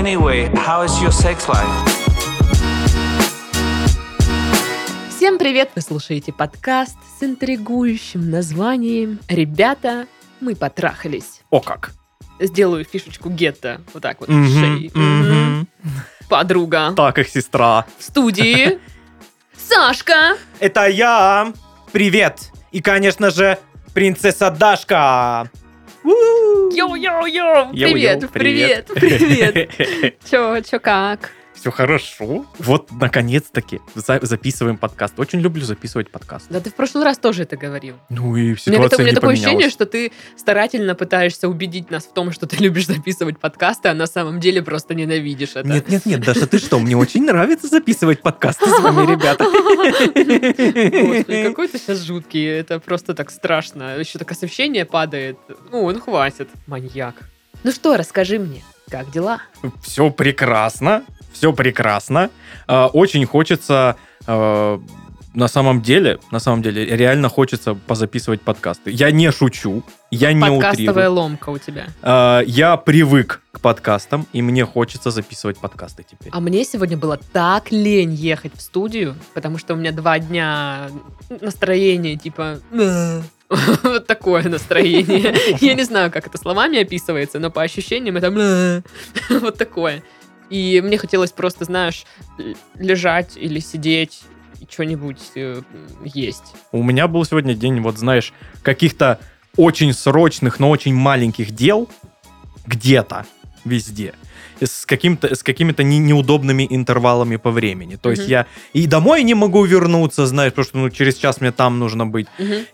Anyway, how is your sex life? Всем привет! Вы слушаете подкаст с интригующим названием «Ребята, мы потрахались». О как! Сделаю фишечку Гетто вот так вот в шее. Подруга. Так, их сестра. В студии Сашка. Это я! Привет! И, конечно же, принцесса Дашка! Йоу-йоу-йоу! Привет, привет, привет! Чё, как? Все хорошо. Вот, наконец-таки, записываем подкаст. Очень люблю записывать подкаст. Да ты в прошлый раз тоже это говорил. Ну и У ситуация меня не такое поменялась. ощущение, что ты старательно пытаешься убедить нас в том, что ты любишь записывать подкасты, а на самом деле просто ненавидишь это. Нет, Даша, ты что? Мне очень нравится записывать подкасты с вами, ребята. Господи, какой ты сейчас жуткий. Это просто так страшно. Еще так освещение падает. Ну хватит. Маньяк. Ну что, расскажи мне, как дела? Все прекрасно. Все прекрасно. Очень хочется... На самом деле, реально хочется позаписывать подкасты. Я не шучу, я не утрирую. Подкастовая ломка у тебя. Я привык к подкастам, и мне хочется записывать подкасты теперь. А мне сегодня было так лень ехать в студию, потому что у меня 2 дня настроение типа... Вот такое настроение. Я не знаю, как это словами описывается, но по ощущениям это... Вот такое. И мне хотелось просто, знаешь, лежать или сидеть и что-нибудь есть. У меня был сегодня день, вот знаешь, каких-то очень срочных, но очень маленьких дел где-то, везде. С какими-то неудобными интервалами по времени. То есть я и домой не могу вернуться, знаешь, потому что через час мне там нужно быть.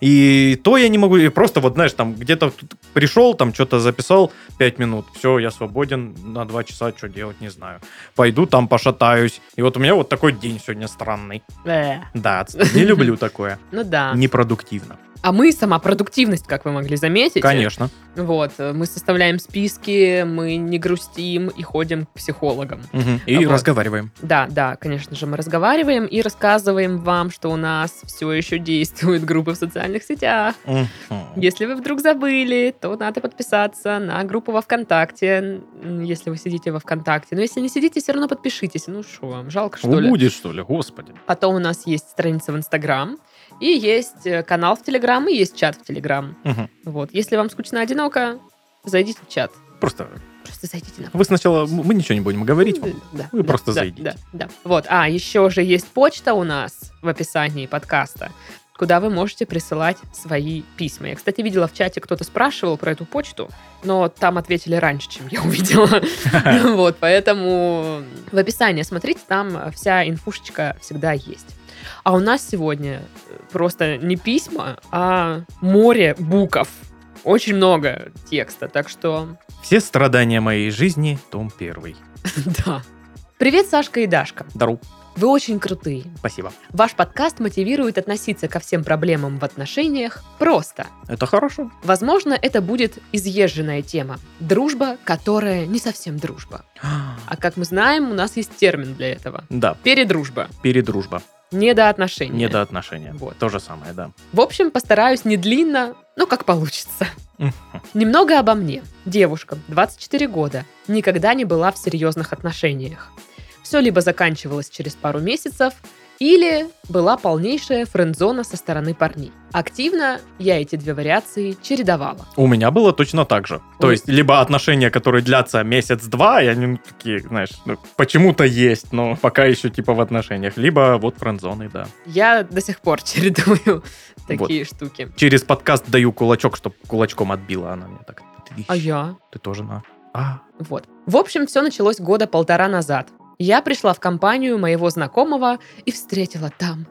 И то я не могу, и просто вот, знаешь, там где-то пришел, там что-то записал 5 минут, все, я свободен на 2 часа, что делать, не знаю. Пойду там пошатаюсь. И вот у меня вот такой день сегодня странный. Да, не люблю такое. Ну да. Непродуктивно. А мы сама продуктивность, как вы могли заметить. Конечно. Вот, мы составляем списки, мы не грустим и ходим к психологам. И Вот. разговариваем. Да, конечно же, мы разговариваем и рассказываем вам, что у нас все еще действуют группы в социальных сетях. Если вы вдруг забыли, то надо подписаться на группу во ВКонтакте, если вы сидите во ВКонтакте. Но если не сидите, все равно подпишитесь. Ну что вам, жалко, что ли? Будет, что ли, господи. Потом у нас есть страница в Инстаграм, и есть канал в Телеграм, и есть чат в Телеграм. Вот. Если вам скучно одиноко, зайдите в чат. Просто зайдите на... вы сначала... Мы ничего не будем говорить вам. Вы просто зайдите. Да. Вот. Еще же есть почта у нас в описании подкаста, куда вы можете присылать свои письма. Я, кстати, видела в чате, кто-то спрашивал про эту почту, но там ответили раньше, чем я увидела. Вот, поэтому в описании смотрите, там вся инфушечка всегда есть. А у нас сегодня просто не письма, а море букв. Очень много текста, так что... Все страдания моей жизни, том 1. Да. Привет, Сашка и Дашка. Дару. Вы очень крутые. Спасибо. Ваш подкаст мотивирует относиться ко всем проблемам в отношениях просто. Это хорошо. Возможно, это будет изъезженная тема. Дружба, которая не совсем дружба. А как мы знаем, у нас есть термин для этого. Да. Передружба. Передружба. Недоотношения. Недоотношения. Вот. То же самое, да. В общем, постараюсь не длинно, но как получится. Немного обо мне. Девушка, 24 года, никогда не была в серьезных отношениях. Все либо заканчивалось через пару месяцев, или была полнейшая френдзона со стороны парней. Активно я эти 2 вариации чередовала. У меня было точно так же. То есть, либо отношения, которые длятся месяц-два, и они такие, знаешь, почему-то есть, но пока еще типа в отношениях. Либо вот френдзоны, да. Я до сих пор чередую такие штуки. Через подкаст даю кулачок, чтобы кулачком отбила она мне так. А я? Ты тоже на. Вот. В общем, все началось 1.5 года назад. Я пришла в компанию моего знакомого и встретила там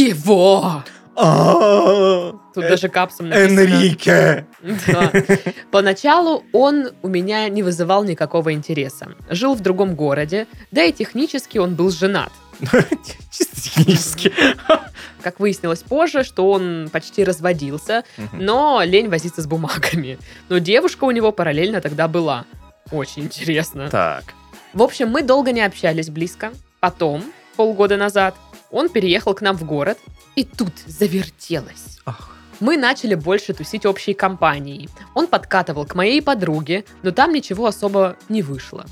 его. Тут даже капсом написано. Энрике! Да. Поначалу он у меня не вызывал никакого интереса. Жил в другом городе, да и технически он был женат. Чисто технически. Как выяснилось позже, что он почти разводился, но лень возиться с бумагами. Но девушка у него параллельно тогда была. Очень интересно. Так. В общем, мы долго не общались близко. Потом, полгода назад, он переехал к нам в город, и тут завертелось. Мы начали больше тусить общей компанией. Он подкатывал к моей подруге, но там ничего особо не вышло.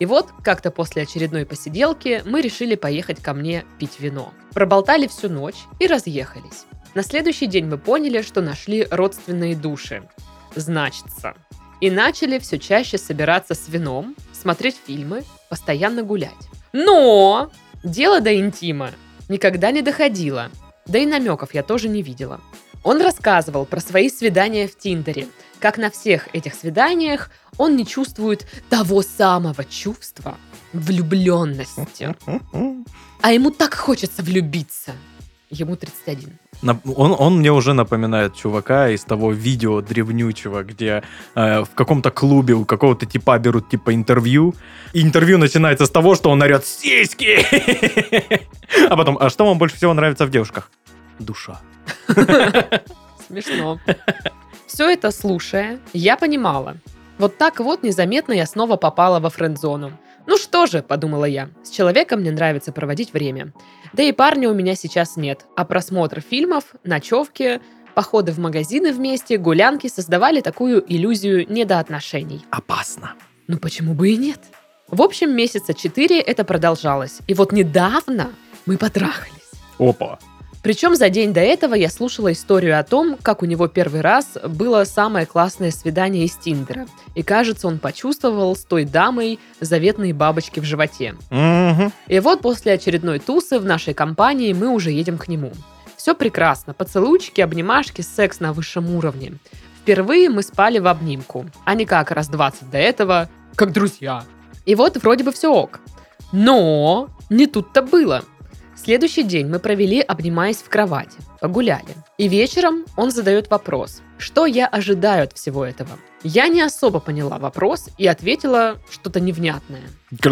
И вот как-то после очередной посиделки мы решили поехать ко мне пить вино. Проболтали всю ночь и разъехались. На следующий день мы поняли, что нашли родственные души. Значится. И начали все чаще собираться с вином, смотреть фильмы, постоянно гулять. Но дело до интима никогда не доходило. Да и намеков я тоже не видела. Он рассказывал про свои свидания в Тиндере. Как на всех этих свиданиях он не чувствует того самого чувства влюбленности. А ему так хочется влюбиться. Ему 31. Он мне уже напоминает чувака из того видео древнючего, где в каком-то клубе у какого-то типа берут типа интервью. И интервью начинается с того, что он орет «Сиськи!» А потом, а что вам больше всего нравится в девушках? Душа. Смешно. Все это слушая, я понимала. Вот так вот незаметно я снова попала во френд-зону. Ну что же, подумала я, с человеком мне нравится проводить время. Да и парня у меня сейчас нет, а просмотр фильмов, ночевки, походы в магазины вместе, гулянки создавали такую иллюзию недоотношений. Опасно. Ну почему бы и нет? В общем, месяца 4 это продолжалось. И вот недавно мы потрахались. Опа. Причем за день до этого я слушала историю о том, как у него первый раз было самое классное свидание из Тиндера. И кажется, он почувствовал с той дамой заветные бабочки в животе. Угу. И вот после очередной тусы в нашей компании мы уже едем к нему. Все прекрасно. Поцелуйчики, обнимашки, секс на высшем уровне. Впервые мы спали в обнимку, а не как раз 20 до этого, как друзья. И вот вроде бы все ок. Но не тут-то было. Следующий день мы провели, обнимаясь в кровати, погуляли. И вечером он задает вопрос, что я ожидаю от всего этого. Я не особо поняла вопрос и ответила что-то невнятное.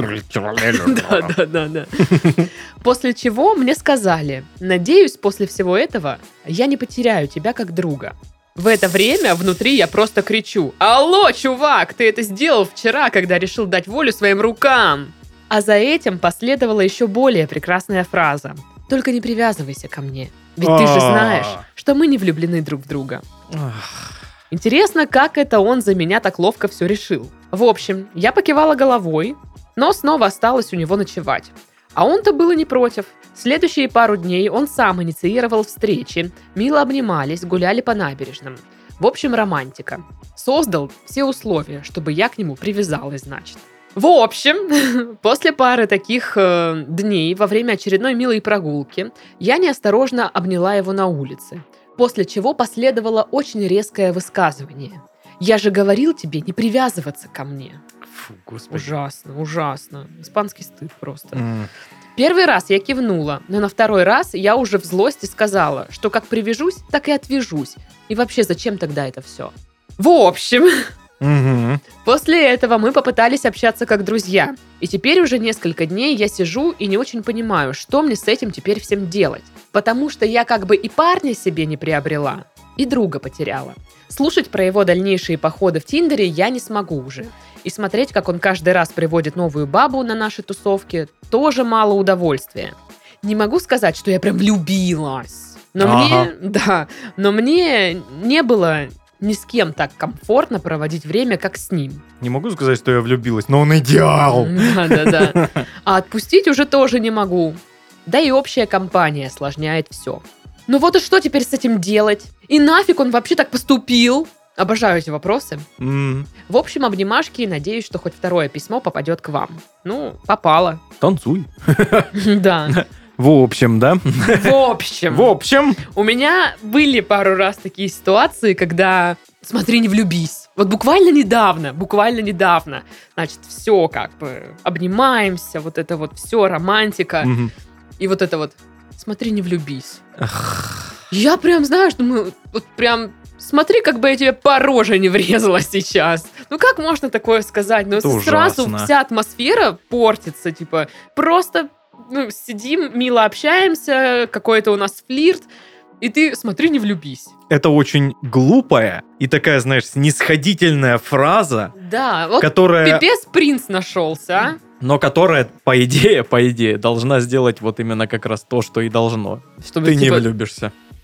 Да. После чего мне сказали, надеюсь, после всего этого я не потеряю тебя как друга. В это время внутри я просто кричу: «Алло, чувак, ты это сделал вчера, когда решил дать волю своим рукам!» А за этим последовала еще более прекрасная фраза. «Только не привязывайся ко мне, ведь ты же знаешь, что мы не влюблены друг в друга». Интересно, как это он за меня так ловко все решил. В общем, я покивала головой, но снова осталась у него ночевать. А он-то был и не против. Следующие пару дней он сам инициировал встречи, мило обнимались, гуляли по набережным. В общем, романтика. Создал все условия, чтобы я к нему привязалась, значит. В общем, после пары таких дней во время очередной милой прогулки я неосторожно обняла его на улице, после чего последовало очень резкое высказывание. «Я же говорил тебе не привязываться ко мне». Фу, господи. Ужасно. Испанский стыд просто. Первый раз я кивнула, но на второй раз я уже в злости сказала, что как привяжусь, так и отвяжусь. И вообще, зачем тогда это все? В общем... После этого мы попытались общаться как друзья. И теперь уже несколько дней я сижу и не очень понимаю, что мне с этим теперь всем делать. Потому что я как бы и парня себе не приобрела, и друга потеряла. Слушать про его дальнейшие походы в Тиндере я не смогу уже. И смотреть, как он каждый раз приводит новую бабу на наши тусовки, тоже мало удовольствия. Не могу сказать, что я прям влюбилась. Но мне не было... ни с кем так комфортно проводить время, как с ним. Не могу сказать, что я влюбилась, но он идеал. Да. А отпустить уже тоже не могу. Да и общая компания осложняет все. Ну вот и что теперь с этим делать? И нафиг он вообще так поступил? Обожаю эти вопросы. В общем, обнимашки, и надеюсь, что хоть второе письмо попадет к вам. Ну, попало. Танцуй. Да. В общем, да? В общем. У меня были пару раз такие ситуации, когда смотри, не влюбись. Вот буквально недавно. Значит, все как бы обнимаемся, вот это вот все, романтика. И вот это вот смотри, не влюбись. Я прям, знаешь, думаю, вот прям смотри, как бы я тебе по роже не врезала сейчас. Ну как можно такое сказать? Ну сразу вся атмосфера портится, типа просто... Ну, сидим, мило общаемся, какой-то у нас флирт, и ты смотри, не влюбись. Это очень глупая и такая, знаешь, снисходительная фраза, да, вот которая... пипец принц нашелся, а? Но которая, по идее, должна сделать вот именно как раз то, что и должно. Чтобы, ты не влюбишься.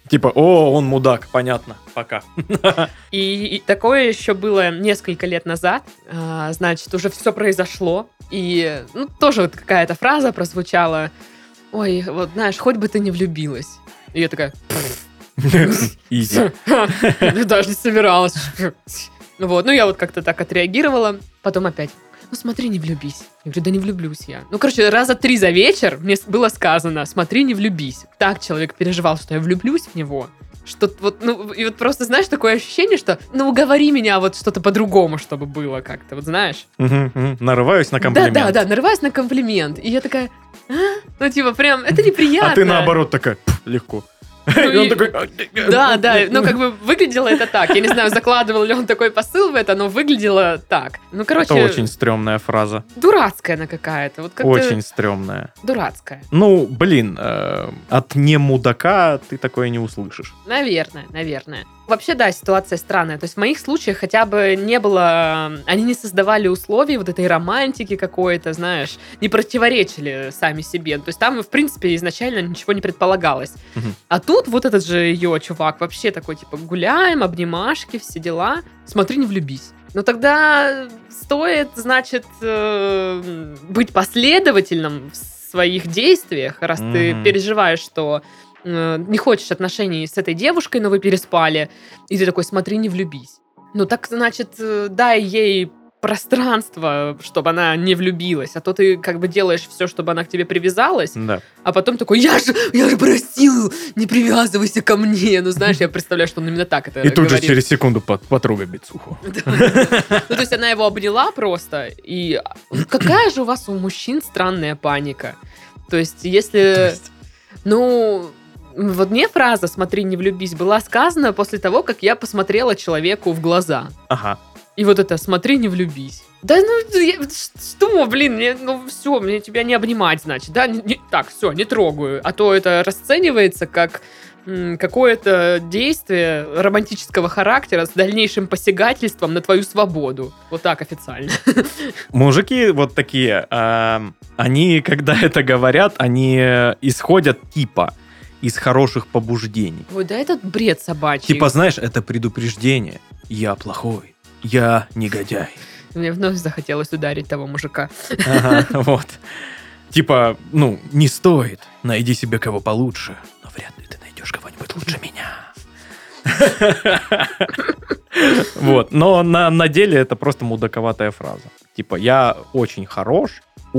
Типа, о, он мудак, понятно, пока. И такое еще было несколько лет назад. Значит, уже все произошло. И тоже вот какая-то фраза прозвучала. Ой, вот знаешь, хоть бы ты не влюбилась. И я такая... Изи. Даже не собиралась. Вот, я вот как-то так отреагировала. Потом опять... смотри, не влюбись. Я говорю, да не влюблюсь я. Короче, раза 3 за вечер мне было сказано, смотри, не влюбись. Так человек переживал, что я влюблюсь в него. Что вот, и вот просто, знаешь, такое ощущение, что, уговори меня вот что-то по-другому, чтобы было как-то, вот знаешь. Нарываюсь на комплимент. Да, нарываюсь на комплимент. И я такая, прям, это неприятно. А ты наоборот такая, легко. И он такой... Да, как бы выглядело это так. Я не знаю, закладывал ли он такой посыл в это, но выглядело так. Это очень стрёмная фраза. Дурацкая она какая-то. Вот как-то очень стрёмная. Дурацкая. Блин, от не мудака ты такое не услышишь. Наверное. Вообще, да, ситуация странная. То есть в моих случаях хотя бы не было... Они не создавали условий вот этой романтики какой-то, знаешь, не противоречили сами себе. То есть там, в принципе, изначально ничего не предполагалось. А тут вот этот же ее чувак вообще такой, типа, гуляем, обнимашки, все дела. Смотри, не влюбись. Тогда стоит, значит, быть последовательным в своих действиях, раз ты переживаешь, что не хочешь отношений с этой девушкой, но вы переспали, и ты такой, смотри, не влюбись. Так, значит, дай ей пространство, чтобы она не влюбилась, а то ты как бы делаешь все, чтобы она к тебе привязалась, да. А потом такой, я же просил, не привязывайся ко мне. Знаешь, я представляю, что он именно так это говорит. И тут говорит. же через секунду потрогай бицуху. То есть она его обняла просто, и какая же у вас у мужчин странная паника. То есть если... Вот мне фраза «смотри, не влюбись» была сказана после того, как я посмотрела человеку в глаза. Ага. И вот это «смотри, не влюбись». Да что, блин, все, мне тебя не обнимать, значит, да? Так, все, не трогаю. А то это расценивается как какое-то действие романтического характера с дальнейшим посягательством на твою свободу. Вот так официально. Мужики вот такие, они, когда это говорят, они исходят типа из хороших побуждений. Ой, да этот бред собачий. Типа, знаешь, это предупреждение. Я плохой, я негодяй. Мне вновь захотелось ударить того мужика. Ага, вот. Типа, не стоит. Найди себе кого получше. Но вряд ли ты найдешь кого-нибудь лучше меня. Вот. Но на деле это просто мудаковатая фраза. Типа, я очень хорош.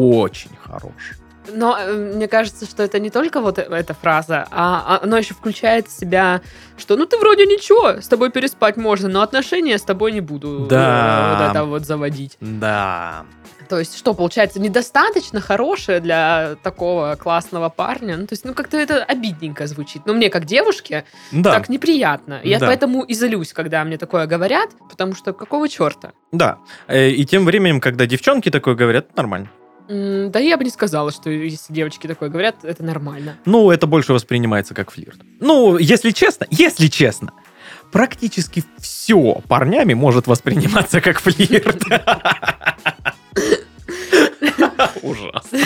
Но мне кажется, что это не только вот эта фраза, а оно еще включает в себя, что ты вроде ничего, с тобой переспать можно, но отношения с тобой не буду вот это вот заводить. Да. То есть, что, получается, недостаточно хорошее для такого классного парня? То есть, как-то это обидненько звучит. Мне, как девушке, так неприятно. Я поэтому и злюсь, когда мне такое говорят, потому что какого черта? Да. И тем временем, когда девчонки такое говорят, нормально. Да я бы не сказала, что если девочки такое говорят, это нормально. Это больше воспринимается как флирт. Если честно, практически все парнями может восприниматься как флирт. Ужасно.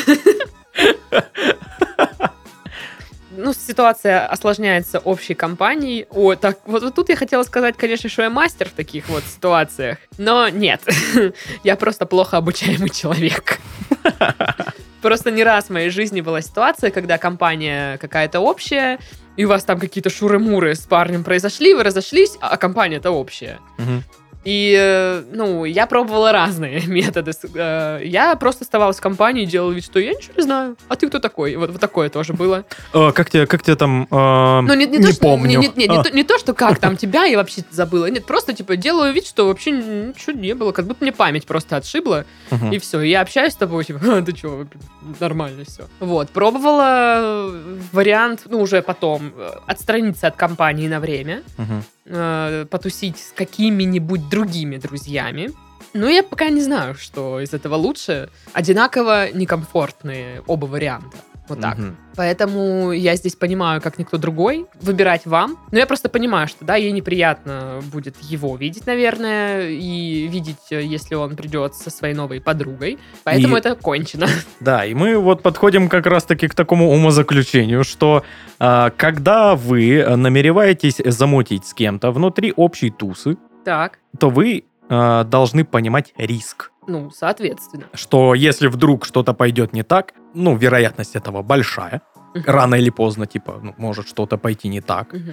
Ситуация осложняется общей компанией. Вот тут я хотела сказать, конечно, что я мастер в таких вот ситуациях. Но нет, я просто плохо обучаемый человек. Просто не раз в моей жизни была ситуация, когда компания какая-то общая, и у вас там какие-то шуры-муры с парнем произошли, вы разошлись, а компания-то общая. И, я пробовала разные методы. Я просто оставалась в компании и делала вид, что я ничего не знаю. А ты кто такой? Вот такое тоже было. Как тебе там... не помню. Не то, что как там тебя, я вообще забыла. Нет, просто, делаю вид, что вообще ничего не было. Как будто мне память просто отшибла. И все. Я общаюсь с тобой, ты что, нормально все. Вот. Пробовала вариант, уже потом, отстраниться от компании на время. Потусить с какими-нибудь другими друзьями. Я пока не знаю, что из этого лучше. Одинаково некомфортные оба варианта. Вот так. Мгм. Поэтому я здесь понимаю, как никто другой, выбирать вам. Но я просто понимаю, что, да, ей неприятно будет его видеть, наверное, и видеть, если он придет со своей новой подругой. Поэтому И- это кончено. Да, и мы вот подходим как раз-таки к такому умозаключению, что когда вы намереваетесь замутить с кем-то внутри общей тусы, Так, то вы должны понимать риск. ну, соответственно. Что если вдруг что-то пойдет не так, ну, вероятность этого большая, Мгм. рано или поздно, типа, ну, может что-то пойти не так, Мгм.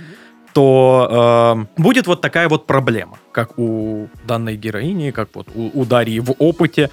то будет вот такая вот проблема, как у данной героини, как вот у Дарьи в опыте,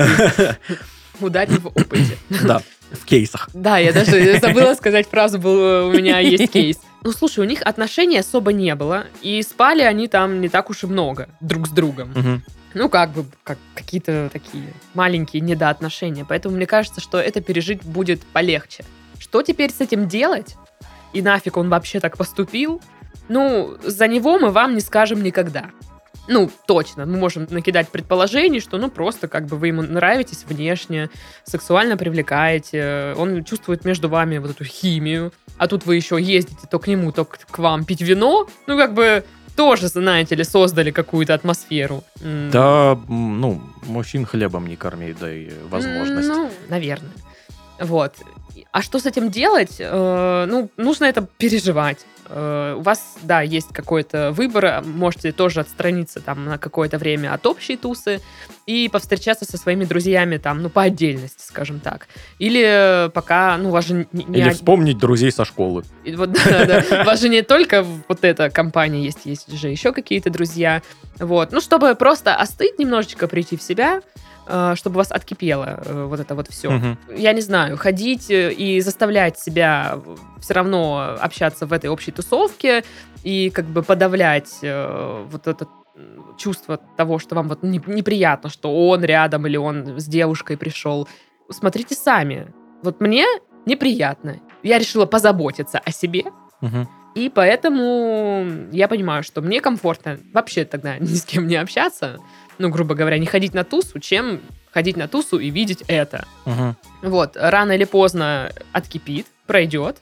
Ударили в опыте. да, в кейсах. Да, я даже забыла сказать фразу, у меня есть кейс. Ну, слушай, у них отношений особо не было, и спали они там не так уж и много друг с другом. Мгм. Ну, как бы, как какие-то такие маленькие недоотношения. Поэтому мне кажется, что это пережить будет полегче. Что теперь с этим делать? И нафиг он вообще так поступил? Ну, за него мы вам не скажем никогда. Ну, точно. Мы можем накидать предположений, что, ну, просто как бы вы ему нравитесь внешне, сексуально привлекаете, он чувствует между вами вот эту химию, а тут вы еще ездите то к нему, то к вам пить вино. Ну, как бы тоже, знаете ли, создали какую-то атмосферу. Да, ну, мужчин хлебом не корми, да и возможность. Ну, наверное. Вот. А что с этим делать? Ну, нужно это переживать. У вас, да, есть какой-то выбор. Можете тоже отстраниться там на какое-то время от общей тусы и повстречаться со своими друзьями там, ну, по отдельности, скажем так. Или пока, ну, у вас же не Или вспомнить друзей со школы. И вот, да. У вас же не только вот эта компания есть же еще какие-то друзья. Вот. Ну, чтобы просто остыть немножечко, прийти в себя, чтобы вас откипело вот это вот все. Мгм. Я не знаю, ходить и заставлять себя все равно общаться в этой общей тусовке и как бы подавлять вот это чувство того, что вам вот неприятно, что он рядом или он с девушкой пришел. Смотрите сами. Вот мне неприятно. Я решила позаботиться о себе, Мгм. и поэтому я понимаю, что мне комфортно вообще тогда ни с кем не общаться, ну, грубо говоря, не ходить на тусу, чем ходить на тусу и видеть это. Мгм. Вот, рано или поздно откипит, пройдет,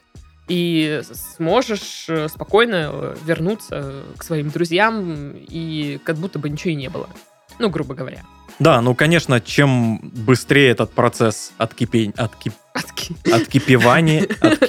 и сможешь спокойно вернуться к своим друзьям, и как будто бы ничего и не было. Ну, грубо говоря. Да, ну, конечно, чем быстрее этот процесс откипевания,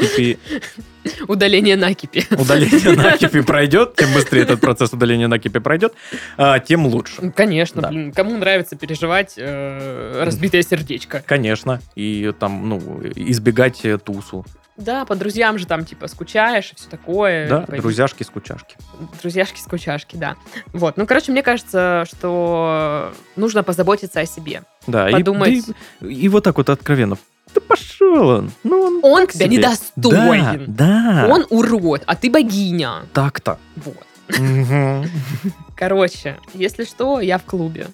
Удаление накипи. удаления накипи пройдет, тем быстрее этот процесс удаления накипи пройдет, тем лучше. Ну, конечно, Да. блин, кому нравится переживать разбитое сердечко. Конечно. И там, ну, избегать тусу. Да, по друзьям же там, типа, скучаешь и все такое. Да, Типа, друзьяшки-скучашки. Друзьяшки-скучашки, да. Вот, ну, короче, мне кажется, что нужно позаботиться о себе. Да, Подумать. и вот так вот откровенно. Да пошел он. Ну, Он тебя себе. недостоин. Да. Он урод, а ты богиня. Так-то. Вот. Мгм. Короче, если что, я в клубе.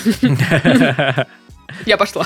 Я пошла.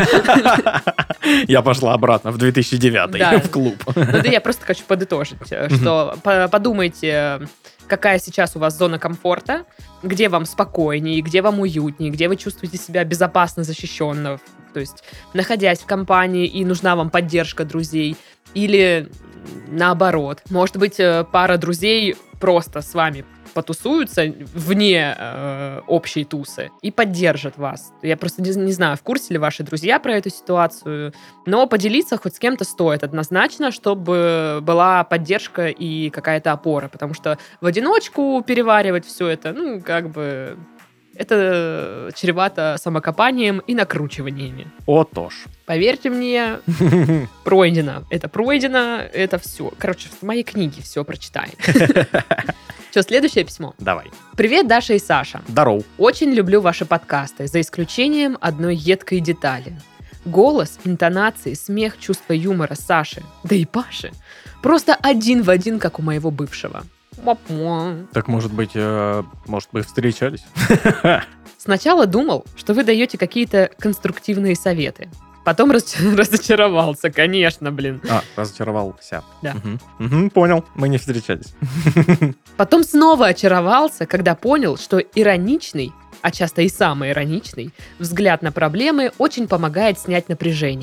Я пошла обратно в 2009 Да. в клуб. Ну, да, я просто хочу подытожить, что подумайте, какая сейчас у вас зона комфорта, где вам спокойнее, где вам уютнее, где вы чувствуете себя безопасно, защищенно. То есть, находясь в компании, и нужна вам поддержка друзей, или наоборот. Может быть, пара друзей просто с вами потусуются вне общей тусы и поддержат вас. Я просто не знаю, в курсе ли ваши друзья про эту ситуацию, но поделиться хоть с кем-то стоит однозначно, чтобы была поддержка и какая-то опора, потому что в одиночку переваривать все это, ну, как бы, это чревато самокопанием и накручиваниями. О, тоже. Поверьте мне, пройдено. Это все. Короче, в моей книге все прочитаем. Что, следующее письмо. Давай. Привет, Даша и Саша. Здоров. Очень люблю ваши подкасты, за исключением одной едкой детали. Голос, интонации, смех, чувство юмора Саши, да и Паши, просто один в один, как у моего бывшего. Муа-муа. Так, может быть, мы встречались? Сначала думал, что вы даете какие-то конструктивные советы. Потом разочаровался, конечно, блин. Разочаровался. Да. Понял, мы не встречались. Потом снова очаровался, когда понял, что ироничный, а часто и самый ироничный, взгляд на проблемы очень помогает снять напряжение.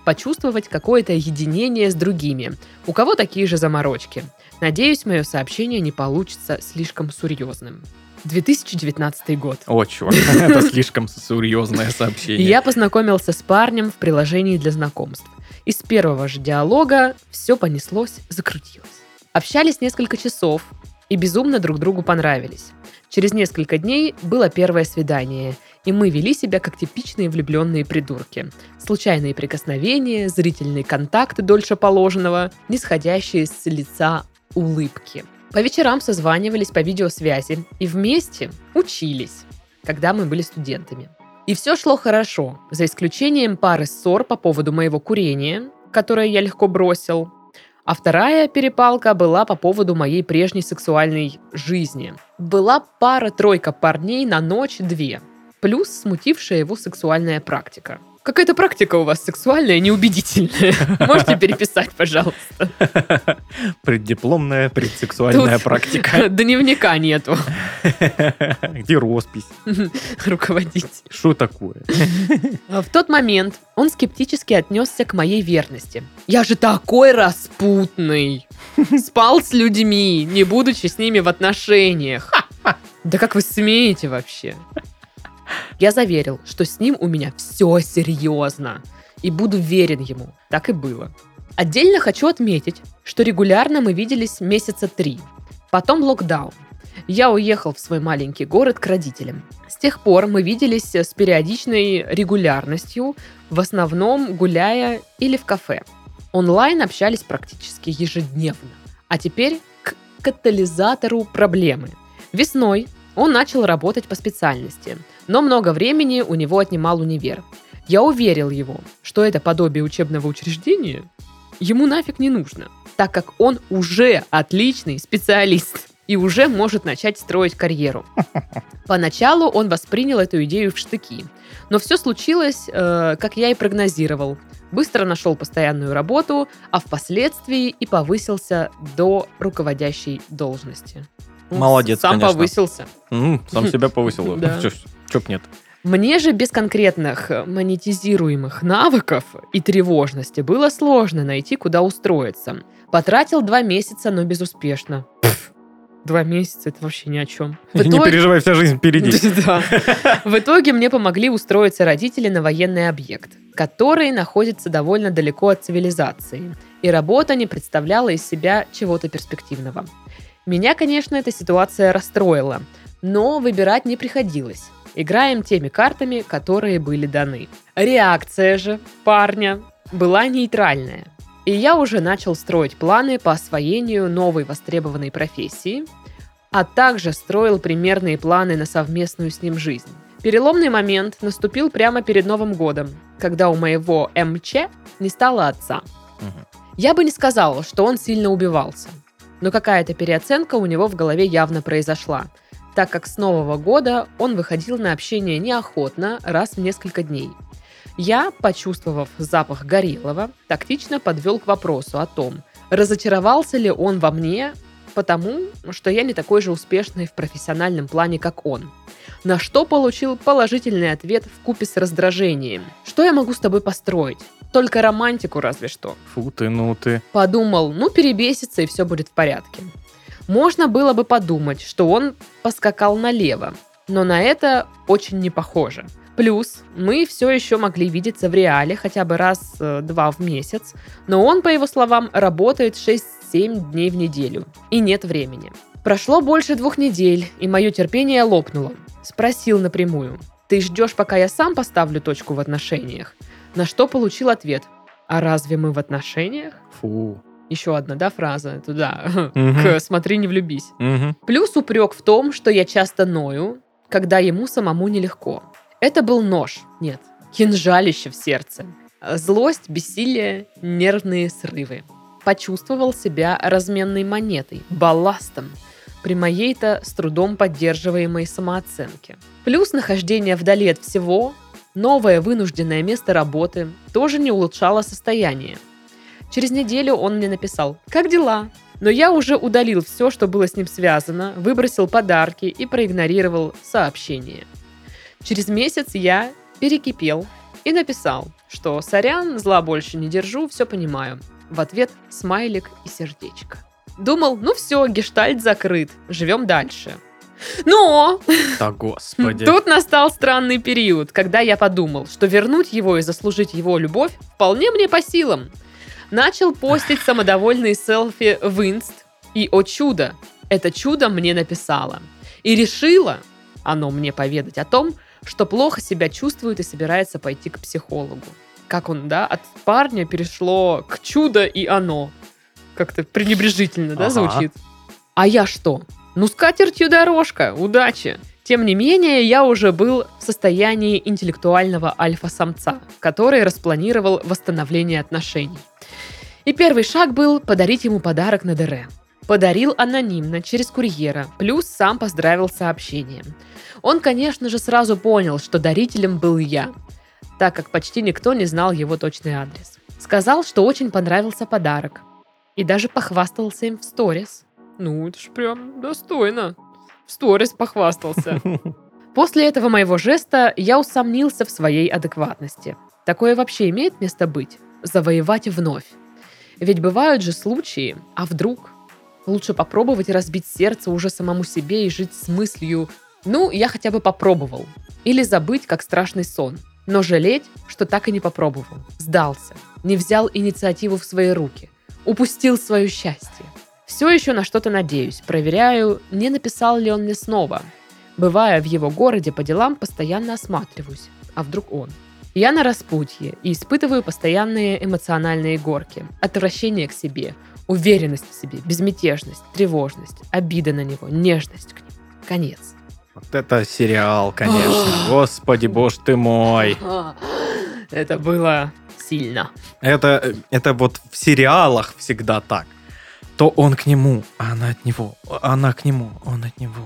почувствовать какое-то единение с другими, у кого такие же заморочки. Надеюсь, мое сообщение не получится слишком серьезным. 2019 год. О, черт, это слишком серьезное сообщение. Я познакомился с парнем в приложении для знакомств. Из первого же диалога все понеслось, закрутилось. Общались несколько часов и безумно друг другу понравились. Через несколько дней было первое свидание, и мы вели себя как типичные влюбленные придурки. Случайные прикосновения, зрительный контакт дольше положенного, нисходящие с лица улыбки. По вечерам созванивались по видеосвязи и вместе учились, когда мы были студентами. И все шло хорошо, за исключением пары ссор по поводу моего курения, которое я легко бросил. А вторая перепалка была по поводу моей прежней сексуальной жизни. Была пара-тройка парней на ночь-две, плюс смутившая его сексуальная практика. Какая-то практика у вас сексуальная неубедительная. Можете переписать, пожалуйста. Преддипломная, предсексуальная Тут практика. Дневника нету. Где роспись? Руководитель. Что такое? В тот момент он скептически отнесся к моей верности. Я же такой распутный. Спал с людьми, не будучи с ними в отношениях. Да как вы смеете вообще? Я заверил, что с ним у меня все серьезно. И буду верен ему. Так и было. Отдельно хочу отметить, что регулярно мы виделись месяца 3. Потом локдаун. Я уехал в свой маленький город к родителям. С тех пор мы виделись с периодичной регулярностью, в основном гуляя или в кафе. Онлайн общались практически ежедневно. А теперь к катализатору проблемы. Весной он начал работать по специальности, но много времени у него отнимал универ. Я уверил его, что это подобие учебного учреждения ему нафиг не нужно, так как он уже отличный специалист и уже может начать строить карьеру. Поначалу он воспринял эту идею в штыки, но все случилось, как я и прогнозировал. Быстро нашел постоянную работу, а впоследствии и повысился до руководящей должности. Молодец, сам конечно. Повысился. Сам себя повысил. Да. Чё б нет. Мне же без конкретных монетизируемых навыков и тревожности было сложно найти, куда устроиться. Потратил 2 месяца, но безуспешно. 2 месяца — это вообще ни о чем. Не переживай, вся жизнь впереди. Да. В итоге мне помогли устроиться родители на военный объект, который находится довольно далеко от цивилизации, и работа не представляла из себя чего-то перспективного. Меня, конечно, эта ситуация расстроила, но выбирать не приходилось. Играем теми картами, которые были даны. Реакция же парня была нейтральная. И я уже начал строить планы по освоению новой востребованной профессии, а также строил примерные планы на совместную с ним жизнь. Переломный момент наступил прямо перед Новым годом, когда у моего МЧ не стало отца. Я бы не сказала, что он сильно убивался, но какая-то переоценка у него в голове явно произошла, так как с Нового года он выходил на общение неохотно, раз в несколько дней. Я, почувствовав запах горелого, тактично подвел к вопросу о том, разочаровался ли он во мне, потому что я не такой же успешный в профессиональном плане, как он. На что получил положительный ответ вкупе с раздражением. Что я могу с тобой построить? Только романтику разве что. Фу ты, ну ты. Подумал, перебесится и все будет в порядке. Можно было бы подумать, что он поскакал налево, но на это очень не похоже. Плюс мы все еще могли видеться в реале хотя бы раз-два в месяц, но он, по его словам, работает 6-7 дней в неделю, и нет времени. Прошло больше 2 недель, и мое терпение лопнуло. Спросил напрямую: «Ты ждешь, пока я сам поставлю точку в отношениях?» На что получил ответ: «А разве мы в отношениях?» Фу. Еще одна, фраза туда, Мгм. «смотри, не влюбись». Мгм. Плюс упрек в том, что я часто ною, когда ему самому нелегко. Это был нож, нет, кинжалище в сердце. Злость, бессилие, нервные срывы. Почувствовал себя разменной монетой, балластом, при моей-то с трудом поддерживаемой самооценке. Плюс нахождение вдали от всего, новое вынужденное место работы тоже не улучшало состояние. Через неделю он мне написал: «Как дела?» Но я уже удалил все, что было с ним связано, выбросил подарки и проигнорировал сообщения. Через месяц я перекипел И написал, что сорян, зла больше не держу, все понимаю. В ответ смайлик и сердечко. Думал, ну все, гештальт закрыт, живем дальше. Но Да господи. тут настал странный период, когда я подумал, что вернуть его и заслужить его любовь вполне мне по силам. Начал постить самодовольные селфи в инст, и, о чудо, это чудо мне написало. И решила оно мне поведать о том, что плохо себя чувствует и собирается пойти к психологу. Как он, да, от парня перешло к чудо и оно. Как-то пренебрежительно, да, Ага. звучит? А я что? Ну, с катертью дорожка, удачи. Тем не менее, я уже был в состоянии интеллектуального альфа-самца, который распланировал восстановление отношений. И первый шаг был подарить ему подарок на ДР. Подарил анонимно, через курьера, плюс сам поздравил сообщением. Он, конечно же, сразу понял, что дарителем был я, так как почти никто не знал его точный адрес. Сказал, что очень понравился подарок. И даже похвастался им в сторис. Ну, это ж прям достойно. В сторис похвастался. После этого моего жеста я усомнился в своей адекватности. Такое вообще имеет место быть? Завоевать вновь. Ведь бывают же случаи, а вдруг? Лучше попробовать разбить сердце уже самому себе и жить с мыслью «ну, я хотя бы попробовал». Или забыть, как страшный сон. Но жалеть, что так и не попробовал. Сдался. Не взял инициативу в свои руки. Упустил свое счастье. Все еще на что-то надеюсь. Проверяю, не написал ли он мне снова. Бывая в его городе по делам, постоянно осматриваюсь. А вдруг он? Я на распутье и испытываю постоянные эмоциональные горки. Отвращение к себе, уверенность в себе, безмятежность, тревожность, обида на него, нежность к нему. Конец. Вот это сериал, конечно. Господи, боже ты мой. Это было сильно. Это вот в сериалах всегда так. То он к нему, а она от него. Она к нему, он от него.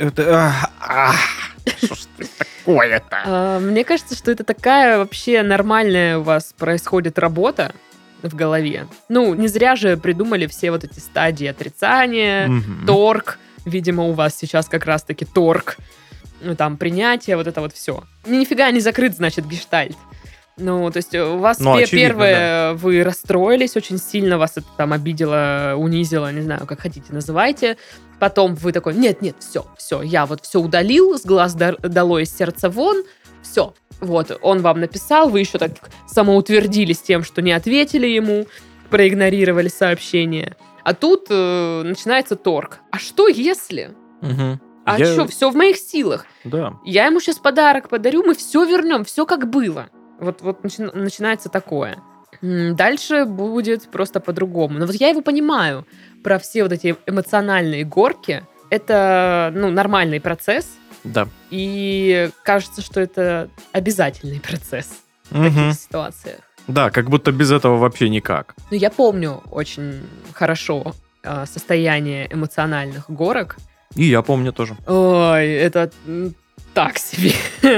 Что ж ты такое-то? Мне кажется, что это такая вообще нормальная у вас происходит работа в голове. Ну, не зря же придумали все вот эти стадии отрицания, Мгм. торг. Видимо, у вас сейчас как раз-таки торг. Ну, там, принятие, вот это вот все. Нифига не закрыт, значит, гештальт. Ну, то есть у вас Ну, очевидно, первое, вы расстроились очень сильно, вас это там обидело, унизило, не знаю, как хотите, называйте. Потом вы такой, нет, все, я вот все удалил, с глаз долой, из сердца вон, все. Вот, он вам написал, вы еще так самоутвердились тем, что не ответили ему, проигнорировали сообщение. А тут начинается торг. А что если? Мгм. А Я- что, все в моих силах. Да. Я ему сейчас подарок подарю, мы все вернем, все как было. Вот начинается такое. Дальше будет просто по-другому. Но вот я его понимаю. Про все вот эти эмоциональные горки. Это, нормальный процесс. Да. И кажется, что это обязательный процесс в Мгм. таких ситуациях. Да, как будто без этого вообще никак. Но я помню очень хорошо состояние эмоциональных горок. И я помню тоже. Ой, это так себе.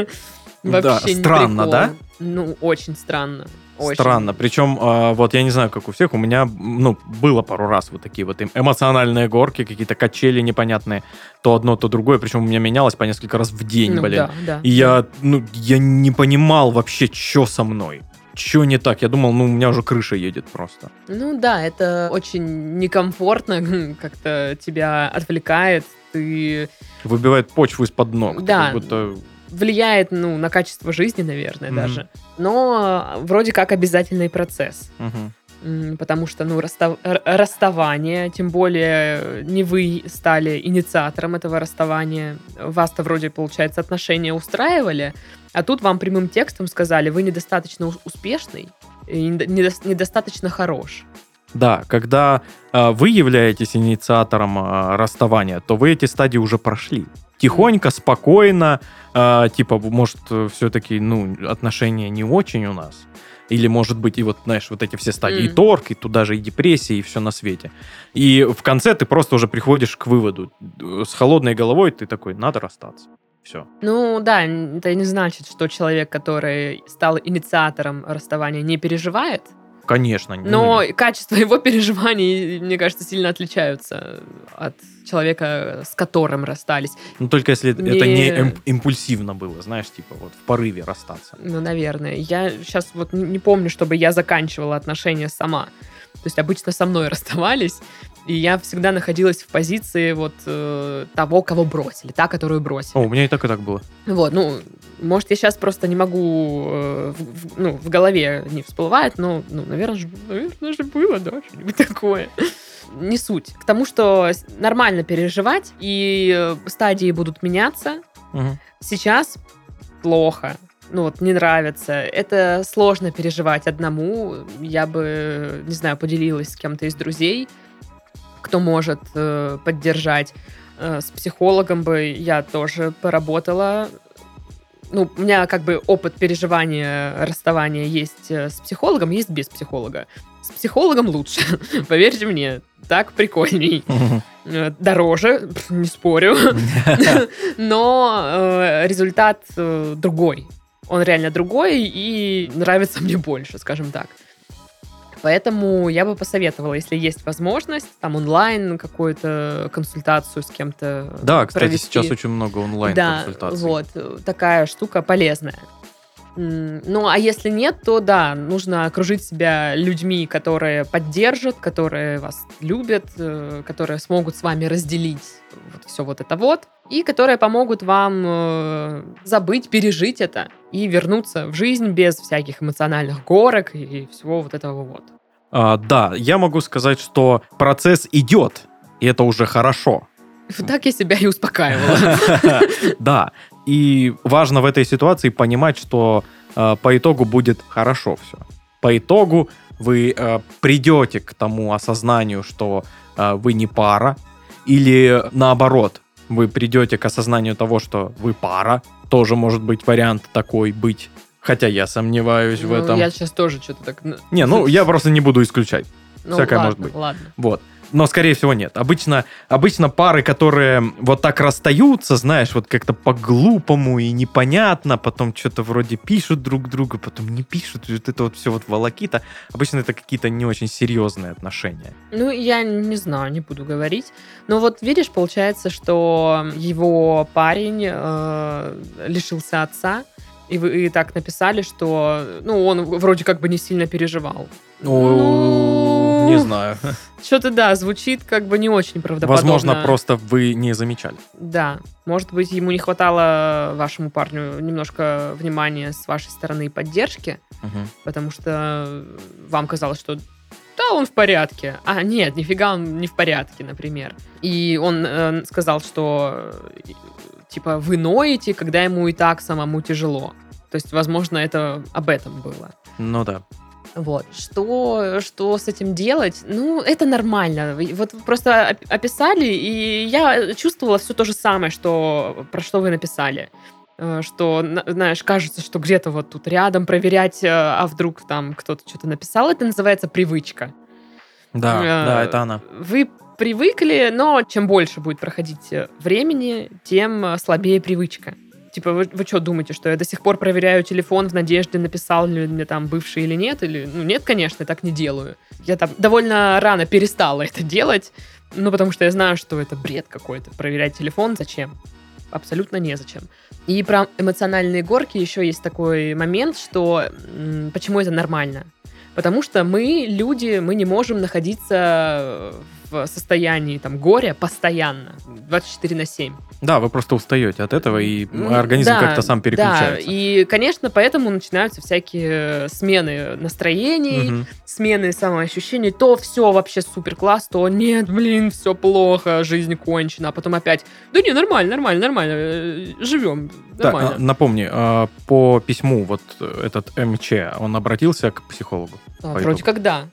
Да, Вообще не странно, прикол. да? Ну, очень странно. Очень. Странно. Причем, вот я не знаю, как у всех, у меня, было пару раз вот такие вот эмоциональные горки, какие-то качели непонятные. То одно, то другое. Причем у меня менялось по несколько раз в день, Ну, блин. да. И я не понимал вообще, что со мной. Что не так? Я думал, у меня уже крыша едет просто. Ну да, это очень некомфортно, как-то тебя отвлекает, ты Выбивает почву из-под ног. Ты Да. Как будто... влияет, на качество жизни, наверное, Мгм. даже. Но вроде как обязательный процесс. Мгм. Потому что, расставание, тем более не вы стали инициатором этого расставания. Вас-то вроде, получается, отношения устраивали, а тут вам прямым текстом сказали, вы недостаточно успешный и недостаточно хорош. Да, когда вы являетесь инициатором расставания, то вы эти стадии уже прошли. Тихонько, спокойно, типа, может, все-таки, отношения не очень у нас. Или, может быть, и вот, знаешь, вот эти все стадии, и торг, и туда же и депрессия, и все на свете. И в конце ты просто уже приходишь к выводу. С холодной головой ты такой, надо расстаться. Все. Ну да, это не значит, что человек, который стал инициатором расставания, не переживает. Конечно. Но качество его переживаний, мне кажется, сильно отличаются от человека, с которым расстались. Ну, только если это не импульсивно было, знаешь, типа вот в порыве расстаться. Ну, наверное. Я сейчас вот не помню, чтобы я заканчивала отношения сама. То есть обычно со мной расставались, и я всегда находилась в позиции вот того, кого бросили, та, которую бросили. О, у меня и так было. Вот, ну, может, я сейчас просто не могу, в голове не всплывает, но, наверное же было, да, что-нибудь такое. Не суть. К тому, что нормально переживать, и стадии будут меняться. Угу. Сейчас плохо. Ну вот, не нравится. Это сложно переживать одному. Я бы, не знаю, поделилась с кем-то из друзей, кто может поддержать. С психологом бы я тоже поработала. Ну, у меня как бы опыт переживания расставания есть с психологом, есть без психолога. С психологом лучше, поверьте мне, так прикольней. Дороже, не спорю, но результат другой. Он реально другой и нравится мне больше, скажем так. Поэтому я бы посоветовала, если есть возможность, там онлайн какую-то консультацию с кем-то Да, кстати, провести. сейчас очень много онлайн-консультаций. Да, вот, такая штука полезная. Ну, а если нет, то да, нужно окружить себя людьми, которые поддержат, которые вас любят, которые смогут с вами разделить вот все вот это вот, и которые помогут вам забыть, пережить это и вернуться в жизнь без всяких эмоциональных горок и всего вот этого вот. Да, я могу сказать, что процесс идет, и это уже хорошо. Так я себя и успокаивала. Да, и важно в этой ситуации понимать, что по итогу будет хорошо все. По итогу вы придете к тому осознанию, что вы не пара, или наоборот, вы придете к осознанию того, что вы пара. Тоже может быть вариант такой быть. Хотя я сомневаюсь в этом. Я сейчас тоже что-то так... Не, ну я просто не буду исключать. Ну, Всякое ладно, может быть. Ладно. Вот. Но, скорее всего, нет. Обычно пары, которые вот так расстаются, знаешь, вот как-то по-глупому и непонятно, потом что-то вроде пишут друг другу, потом не пишут, вот это вот все вот волокита. Обычно это какие-то не очень серьезные отношения. Ну, я не знаю, не буду говорить. Но вот видишь, получается, что его парень лишился отца, и вы так написали, что он вроде как бы не сильно переживал. Не знаю. Что-то, да, звучит как бы не очень правдоподобно. Возможно, просто вы не замечали. Да. Может быть, ему не хватало, вашему парню, немножко внимания с вашей стороны и поддержки, потому что вам казалось, что да, он в порядке. А нет, нифига он не в порядке, например. И он сказал, что типа вы ноете, когда ему и так самому тяжело. То есть, возможно, это об этом было. Ну да. Вот. Что с этим делать? Ну, это нормально. Вот вы просто описали, и я чувствовала все то же самое, про что вы написали. Что, знаешь, кажется, что где-то вот тут рядом проверять, а вдруг там кто-то что-то написал. Это называется привычка. Да, это она. Вы привыкли, но чем больше будет проходить времени, тем слабее привычка. Типа, вы что думаете, что я до сих пор проверяю телефон в надежде, написал ли мне там бывший или нет? Или, нет, конечно, я так не делаю. Я там довольно рано перестала это делать, потому что я знаю, что это бред какой-то. Проверять телефон зачем? Абсолютно незачем. И про эмоциональные горки еще есть такой момент, что почему это нормально? Потому что мы, люди, мы не можем находиться в состоянии там горя постоянно, 24/7. Да, вы просто устаете от этого, и организм как-то сам переключается. Да, и, конечно, поэтому начинаются всякие смены настроений, смены самоощущений. То все вообще супер класс, то нет, все плохо, жизнь кончена. А потом опять, да не, нормально, живем, нормально. Да, напомни, по письму вот этот МЧ, он обратился к психологу? Вроде как да.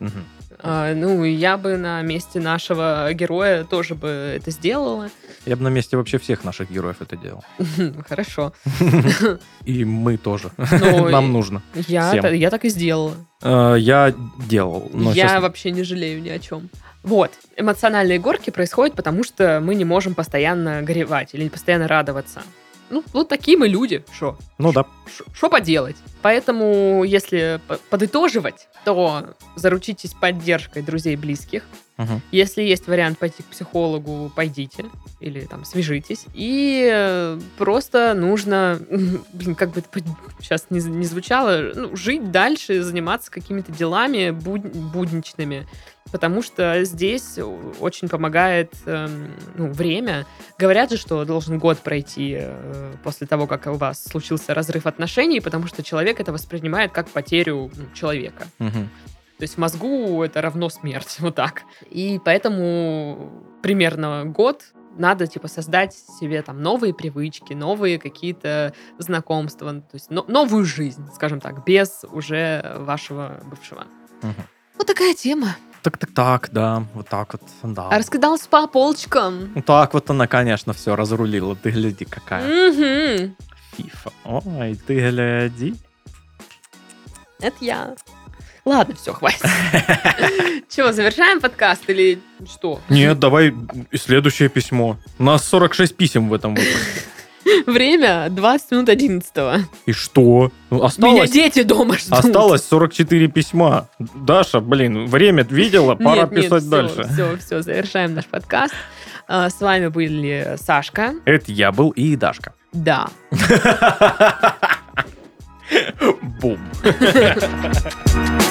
Я бы на месте нашего героя тоже бы это сделала. Я бы на месте вообще всех наших героев это делал. Хорошо. И мы тоже. Нам нужно. Я так и сделала. Я делал. Я вообще не жалею ни о чем. Вот. Эмоциональные горки происходят, потому что мы не можем постоянно горевать или постоянно радоваться. Ну, вот такие мы люди. Шо? Ну да. Что поделать? Поэтому, если подытоживать, то заручитесь поддержкой друзей, близких. Мгм. Если есть вариант пойти к психологу, пойдите. Или там свяжитесь. И просто нужно, как бы это сейчас не звучало, жить дальше, заниматься какими-то делами будничными. Потому что здесь очень помогает время. Говорят же, что должен год пройти после того, как у вас случился разрыв отношений, потому что человек это воспринимает как потерю человека. Мгм. То есть в мозгу это равно смерть, вот так. И поэтому примерно год надо, создать себе там новые привычки, новые какие-то знакомства, то есть новую жизнь, скажем так, без уже вашего бывшего. Мгм. Вот такая тема. Так, да, вот так вот, да. А раскидалась по полочкам. Ну, так вот она, конечно, все разрулила. Ты гляди, какая Мгм. фифа. Ой, ты гляди. Это я. Ладно, все, хватит. Чего, завершаем подкаст или что? Нет, давай следующее письмо. У нас 46 писем в этом выпуске. Время 20 минут 11. И что? Ну, Меня осталось, дети дома ждут. осталось 44 письма. Даша, блин, время видела, пора писать дальше. Все, завершаем наш подкаст. С вами были Сашка. Это я был и Дашка. Да. Бум.